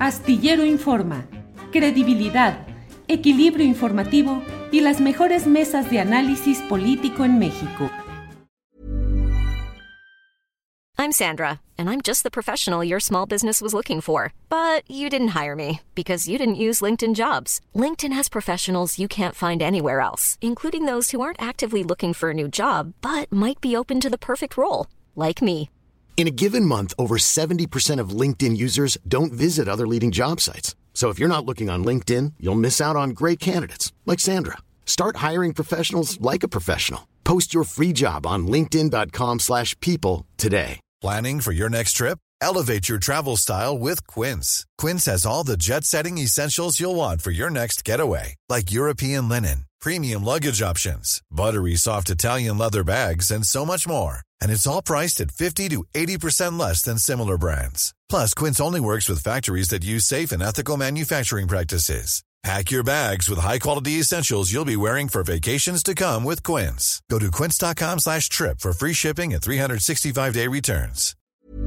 Astillero Informa, credibilidad, equilibrio informativo y las mejores mesas de análisis político en México. I'm Sandra, and I'm just the professional your small business was looking for. But you didn't hire me because you didn't use LinkedIn Jobs. LinkedIn has professionals you can't find anywhere else, including those who aren't actively looking for a new job, but might be open to the perfect role, like me. In a given month, over 70% of LinkedIn users don't visit other leading job sites. So if you're not looking on LinkedIn, you'll miss out on great candidates like Sandra. Start hiring professionals like a professional. Post your free job on linkedin.com/people today. Planning for your next trip? Elevate your travel style with Quince. Quince has all the jet-setting essentials you'll want for your next getaway, like European linen, premium luggage options, buttery soft Italian leather bags, and so much more. And it's all priced at 50 to 80% less than similar brands. Plus, Quince only works with factories that use safe and ethical manufacturing practices. Pack your bags with high-quality essentials you'll be wearing for vacations to come with Quince. Go to quince.com/trip for free shipping and 365-day returns.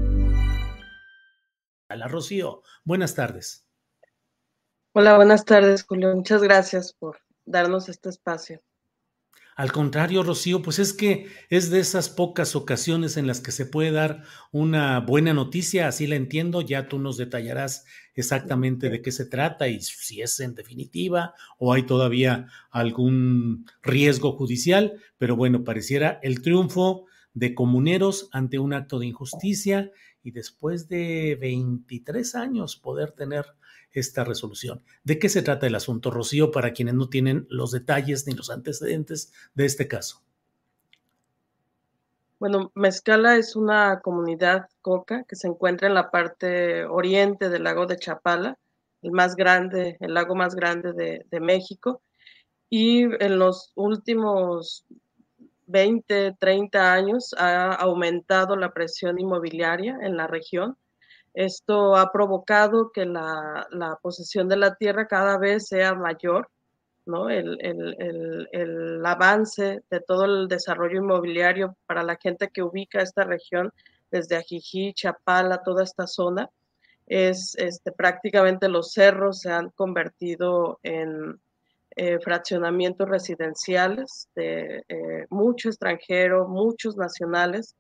Hola, Rocío. Buenas tardes. Hola, buenas tardes, Julio. Muchas gracias por darnos este espacio. Al contrario, Rocío, pues es que es de esas pocas ocasiones en las que se puede dar una buena noticia, así la entiendo, ya tú nos detallarás exactamente de qué se trata y si es en definitiva o hay todavía algún riesgo judicial, pero bueno, pareciera el triunfo de comuneros ante un acto de injusticia y después de 23 años poder tener esta resolución. ¿De qué se trata el asunto, Rocío, para quienes no tienen los detalles ni los antecedentes de este caso? Bueno, Mezcala es una comunidad coca que se encuentra en la parte oriente del lago de Chapala, el lago más grande de México, y en los últimos 20, 30 años ha aumentado la presión inmobiliaria en la región. Esto ha provocado que la posesión de la tierra cada vez sea mayor, ¿no? El avance de todo el desarrollo inmobiliario para la gente que ubica esta región, desde Ajijic, Chapala, toda esta zona, es prácticamente los cerros se han convertido en fraccionamientos residenciales de mucho extranjero, muchos nacionales.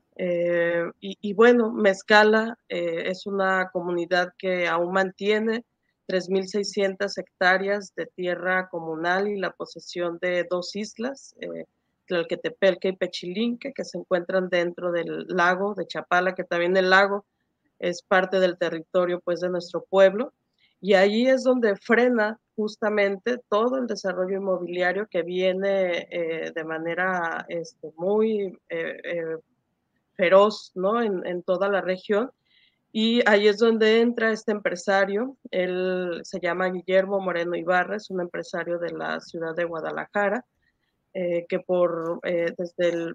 Y bueno, Mezcala es una comunidad que aún mantiene 3,600 hectáreas de tierra comunal y la posesión de dos islas, Tlalquetepelque y Pechilinque, que se encuentran dentro del lago de Chapala, que también el lago es parte del territorio pues, de nuestro pueblo. Y ahí es donde frena justamente todo el desarrollo inmobiliario que viene de manera muy feroz, ¿no? En toda la región. Y ahí es donde entra este empresario, él se llama Guillermo Moreno Ibarra, es un empresario de la ciudad de Guadalajara, que desde el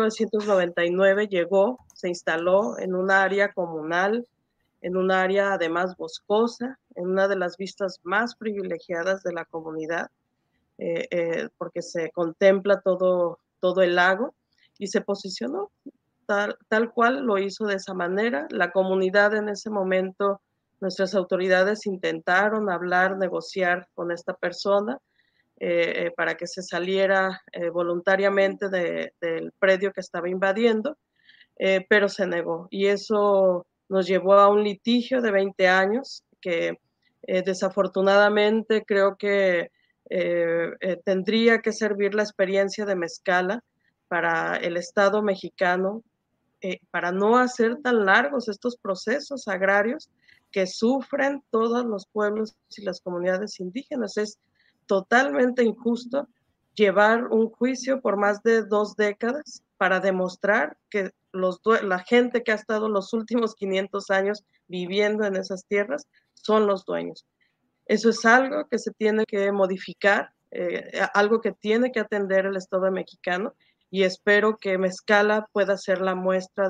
1999 llegó, se instaló en un área comunal, en un área además boscosa, en una de las vistas más privilegiadas de la comunidad, porque se contempla todo el lago, y se posicionó tal cual, lo hizo de esa manera. La comunidad en ese momento, nuestras autoridades intentaron hablar, negociar con esta persona para que se saliera voluntariamente del predio que estaba invadiendo, pero se negó. Y eso nos llevó a un litigio de 20 años que desafortunadamente creo que tendría que servir la experiencia de Mezcala para el Estado mexicano, para no hacer tan largos estos procesos agrarios que sufren todos los pueblos y las comunidades indígenas. Es totalmente injusto llevar un juicio por más de 2 décadas para demostrar que la gente que ha estado los últimos 500 años viviendo en esas tierras son los dueños. Eso es algo que se tiene que modificar, algo que tiene que atender el Estado mexicano, y espero que Mezcala pueda ser la muestra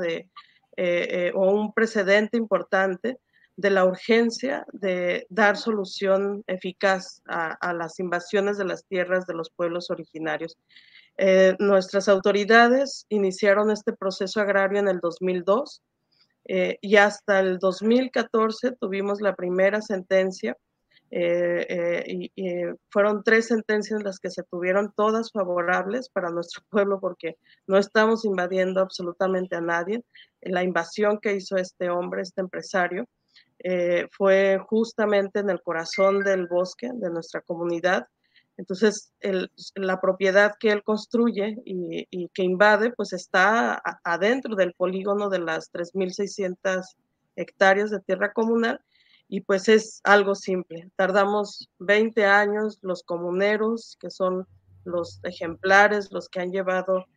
o un precedente importante de la urgencia de dar solución eficaz a las invasiones de las tierras de los pueblos originarios. Nuestras autoridades iniciaron este proceso agrario en el 2002, y hasta el 2014 tuvimos la primera sentencia, y fueron 3 sentencias las que se tuvieron, todas favorables para nuestro pueblo, porque no estamos invadiendo absolutamente a nadie. La invasión que hizo este hombre, este empresario, fue justamente en el corazón del bosque de nuestra comunidad. Entonces, la propiedad que él construye y que invade, pues está adentro del polígono de las 3,600 hectáreas de tierra comunal, y pues es algo simple. Tardamos 20 años los comuneros, que son los ejemplares, los que han llevado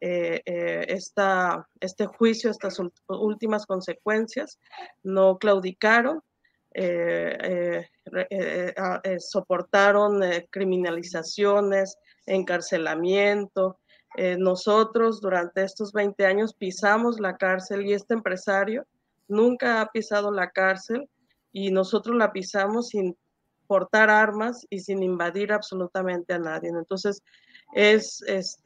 este juicio, estas últimas consecuencias, no claudicaron, soportaron criminalizaciones, encarcelamiento. Nosotros durante estos 20 años pisamos la cárcel, y este empresario nunca ha pisado la cárcel, y nosotros la pisamos sin portar armas y sin invadir absolutamente a nadie. Entonces, es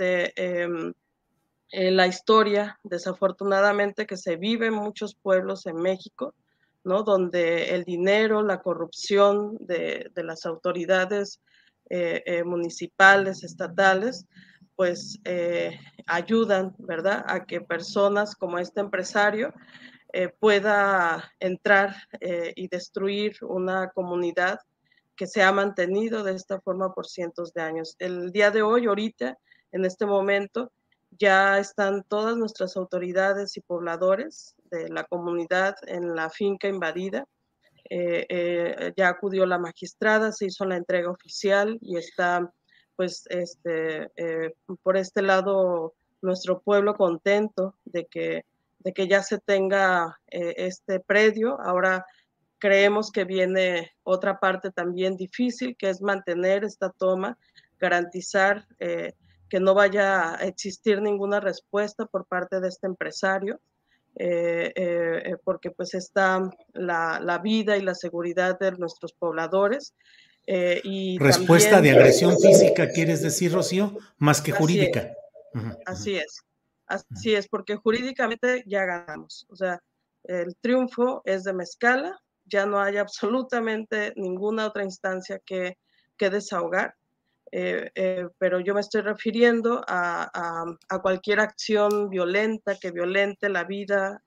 la historia, desafortunadamente, que se vive en muchos pueblos en México, ¿no? Donde el dinero, la corrupción de las autoridades municipales, estatales, pues ayudan, ¿verdad?, a que personas como este empresario pueda entrar y destruir una comunidad que se ha mantenido de esta forma por cientos de años. El día de hoy, ahorita, en este momento, ya están todas nuestras autoridades y pobladores de la comunidad en la finca invadida. Ya acudió la magistrada, se hizo la entrega oficial, y está, pues, por este lado, nuestro pueblo contento de que ya se tenga este predio. Ahora creemos que viene otra parte también difícil, que es mantener esta toma, garantizar que no vaya a existir ninguna respuesta por parte de este empresario, porque pues está la vida y la seguridad de nuestros pobladores. Y respuesta también, de agresión física, ¿quieres decir, Rocío? Más que jurídica. Así es, así es, porque jurídicamente ya ganamos. O sea, el triunfo es de Mezcala, ya no hay absolutamente ninguna otra instancia que desahogar. Pero yo me estoy refiriendo a cualquier acción violenta que violente la vida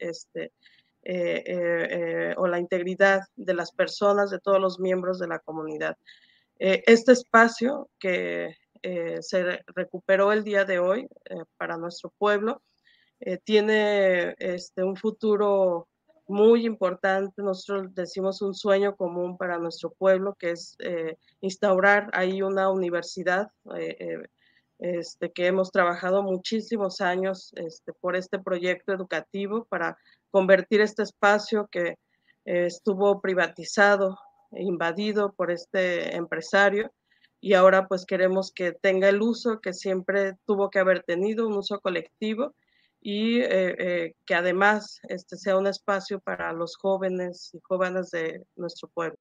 o la integridad de las personas, de todos los miembros de la comunidad. Este espacio que se recuperó el día de hoy para nuestro pueblo tiene un futuro muy importante. Nosotros decimos un sueño común para nuestro pueblo, que es instaurar ahí una universidad, que hemos trabajado muchísimos años por este proyecto educativo, para convertir este espacio que estuvo privatizado e invadido por este empresario, y ahora pues queremos que tenga el uso que siempre tuvo que haber tenido, un uso colectivo, y que además sea un espacio para los jóvenes y jóvenes de nuestro pueblo.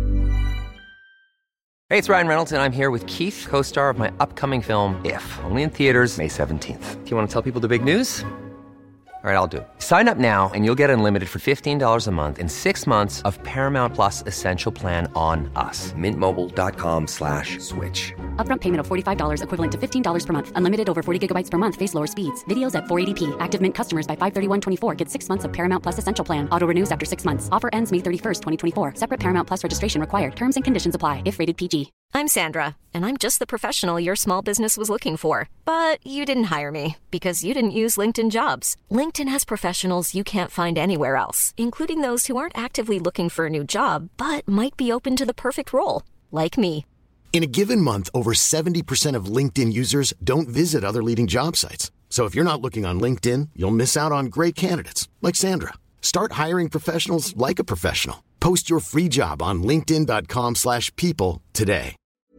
Hey, it's Ryan Reynolds, and I'm here with Keith, co-star of my upcoming film, If, only in theaters May 17th. Do you want to tell people the big news? All right, I'll do it. Sign up now and you'll get unlimited for $15 a month and 6 months of Paramount Plus Essential Plan on us. MintMobile.com/switch. Upfront payment of $45 equivalent to $15 per month. Unlimited over 40 gigabytes per month. Face lower speeds. Videos at 480p. Active Mint customers by 531.24 get 6 months of Paramount Plus Essential Plan. Auto renews after 6 months. Offer ends May 31st, 2024. Separate Paramount Plus registration required. Terms and conditions apply if rated PG. I'm Sandra, and I'm just the professional your small business was looking for. But you didn't hire me because you didn't use LinkedIn Jobs. LinkedIn has professionals you can't find anywhere else, including those who aren't actively looking for a new job, but might be open to the perfect role, like me. In a given month, over 70% of LinkedIn users don't visit other leading job sites. So if you're not looking on LinkedIn, you'll miss out on great candidates like Sandra. Start hiring professionals like a professional. Post your free job on linkedin.com/people today.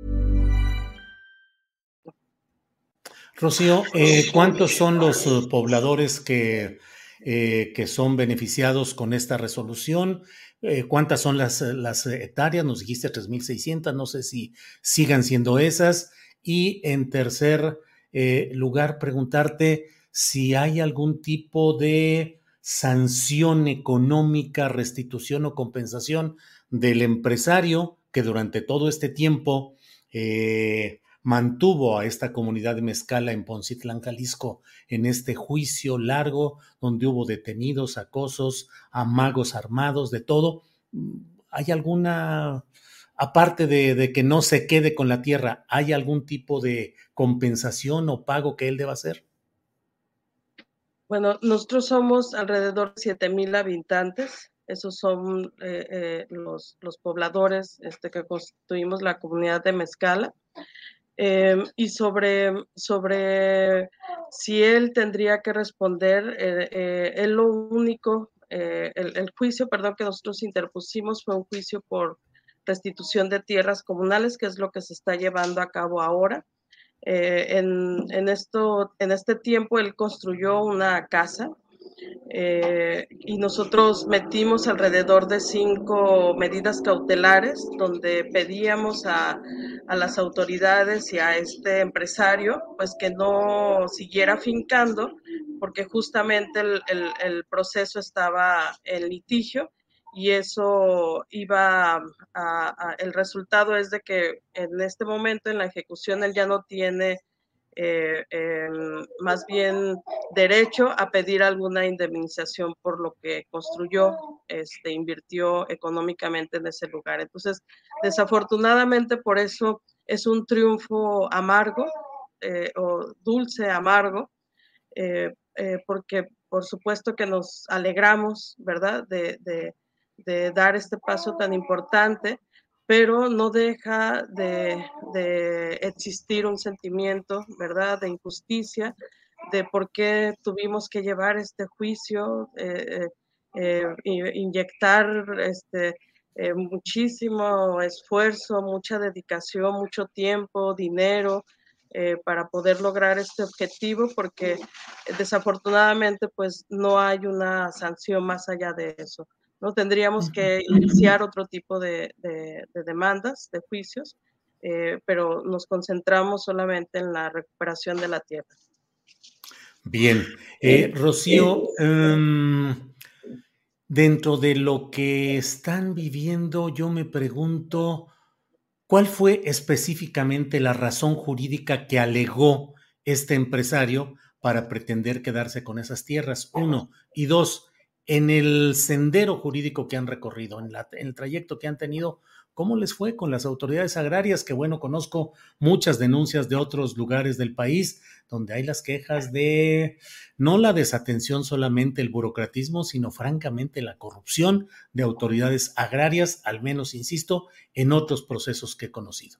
Rocío, ¿cuántos son los pobladores que son beneficiados con esta resolución? ¿Cuántas son las hectáreas? Nos dijiste 3,600, no sé si sigan siendo esas. Y en tercer lugar, preguntarte si hay algún tipo de sanción económica, restitución o compensación del empresario que durante todo este tiempo mantuvo a esta comunidad de Mezcala en Poncitlán, Jalisco, en este juicio largo donde hubo detenidos, acosos, amagos armados, de todo. ¿Hay alguna, aparte de que no se quede con la tierra, hay algún tipo de compensación o pago que él deba hacer? Bueno, nosotros somos alrededor de 7,000 habitantes. Esos son los pobladores que constituimos la comunidad de Mezcala. Y sobre si él tendría que responder, él lo único, el juicio, perdón, que nosotros interpusimos fue un juicio por restitución de tierras comunales, que es lo que se está llevando a cabo ahora. En este tiempo él construyó una casa y nosotros metimos alrededor de 5 medidas cautelares donde pedíamos a las autoridades y a este empresario pues que no siguiera fincando porque justamente el proceso estaba en litigio y eso iba el resultado es de que en este momento en la ejecución él ya no tiene más bien derecho a pedir alguna indemnización por lo que construyó, invirtió económicamente en ese lugar. Entonces, desafortunadamente por eso es un triunfo amargo o dulce amargo, porque por supuesto que nos alegramos, ¿verdad?, de dar este paso tan importante, pero no deja de existir un sentimiento, ¿verdad?, de injusticia, de por qué tuvimos que llevar este juicio, inyectar muchísimo esfuerzo, mucha dedicación, mucho tiempo, dinero, para poder lograr este objetivo, porque desafortunadamente pues no hay una sanción más allá de eso. ¿No? Tendríamos que iniciar otro tipo de demandas, de juicios, pero nos concentramos solamente en la recuperación de la tierra. Bien. Rocío, dentro de lo que están viviendo, yo me pregunto, ¿cuál fue específicamente la razón jurídica que alegó este empresario para pretender quedarse con esas tierras? 1. Y 2, en el sendero jurídico que han recorrido, en el trayecto que han tenido, ¿cómo les fue con las autoridades agrarias? Que bueno, conozco muchas denuncias de otros lugares del país donde hay las quejas de no la desatención solamente, el burocratismo, sino francamente la corrupción de autoridades agrarias, al menos, insisto, en otros procesos que he conocido.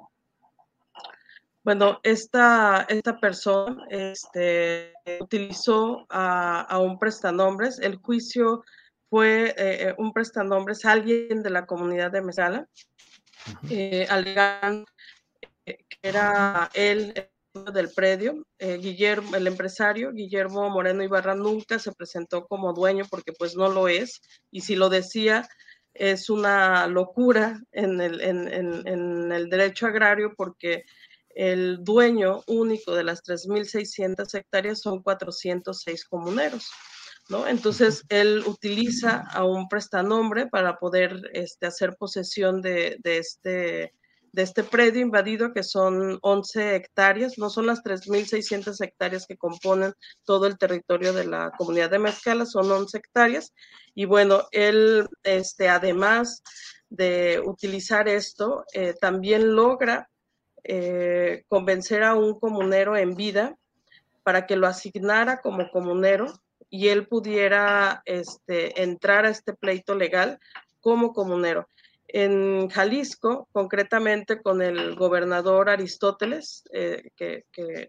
Bueno, esta persona utilizó a un prestanombres. El juicio fue un prestanombres, alguien de la comunidad de Mezcala, alegando que era él del predio. Guillermo, el empresario Guillermo Moreno Ibarra, nunca se presentó como dueño porque pues no lo es, y si lo decía es una locura en el derecho agrario, porque el dueño único de las 3,600 hectáreas son 406 comuneros, ¿no? Entonces él utiliza a un prestanombre para poder hacer posesión de este predio invadido, que son 11 hectáreas, no son las 3,600 hectáreas que componen todo el territorio de la comunidad de Mezcala, son 11 hectáreas. Y bueno, él, además de utilizar esto, también logra convencer a un comunero en vida para que lo asignara como comunero y él pudiera entrar a este pleito legal como comunero. En Jalisco, concretamente con el gobernador Aristóteles, que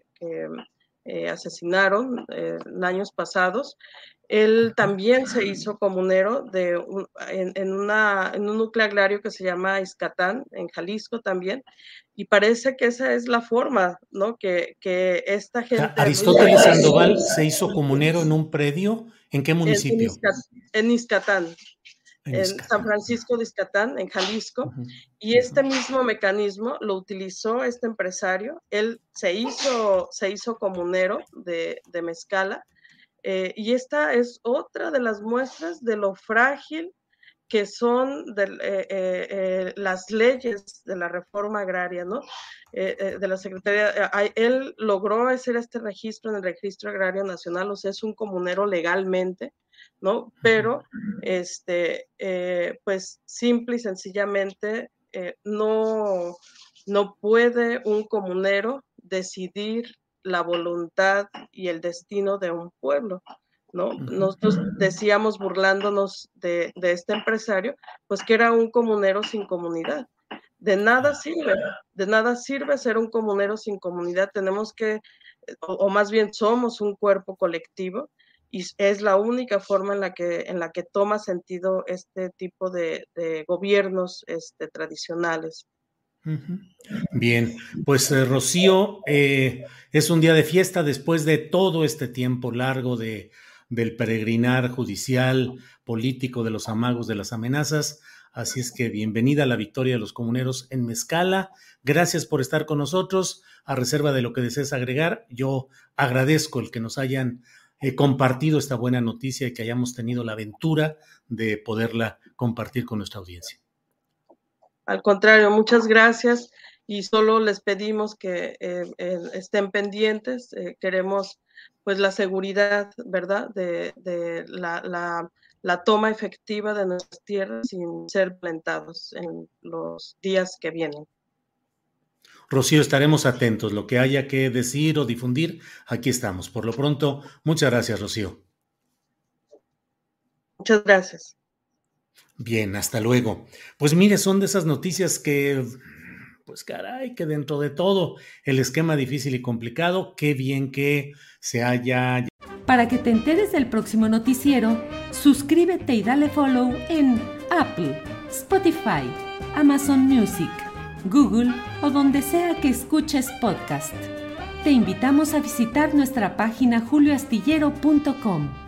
asesinaron en años pasados, él también se hizo comunero en un núcleo agrario que se llama Izcatán, en Jalisco también, y parece que esa es la forma, ¿no? Que esta gente... Aristóteles Sandoval se hizo comunero en un predio, ¿en qué municipio? En Izcatán. En San Francisco de Izcatán, en Jalisco, y este mismo mecanismo lo utilizó este empresario. Él se hizo comunero de Mezcala, Y esta es otra de las muestras de lo frágil que son las leyes de la reforma agraria, ¿no? De la Secretaría. Él logró hacer este registro en el Registro Agrario Nacional, o sea, es un comunero legalmente, ¿no? Pero, pues, simple y sencillamente, no puede un comunero decidir la voluntad y el destino de un pueblo, ¿no? Nosotros decíamos, burlándonos de este empresario, pues que era un comunero sin comunidad. De nada sirve ser un comunero sin comunidad. Tenemos que, o más bien somos un cuerpo colectivo, y es la única forma en la que toma sentido este tipo de gobiernos tradicionales. Bien, pues Rocío, es un día de fiesta después de todo este tiempo largo del peregrinar judicial, político, de los amagos, de las amenazas. Así es que bienvenida a la victoria de los comuneros en Mezcala. Gracias por estar con nosotros. A reserva de lo que desees agregar, yo agradezco el que nos hayan compartido esta buena noticia y que hayamos tenido la aventura de poderla compartir con nuestra audiencia. Al contrario, muchas gracias, y solo les pedimos que estén pendientes. Queremos, pues, la seguridad, ¿verdad?, de la toma efectiva de nuestras tierras sin ser plantados en los días que vienen. Rocío, estaremos atentos. Lo que haya que decir o difundir, aquí estamos. Por lo pronto, muchas gracias, Rocío. Muchas gracias. Bien, hasta luego. Pues mire, son de esas noticias que, pues caray, que dentro de todo el esquema difícil y complicado, qué bien que se haya... Para que te enteres del próximo noticiero, suscríbete y dale follow en Apple, Spotify, Amazon Music, Google o donde sea que escuches podcast. Te invitamos a visitar nuestra página julioastillero.com.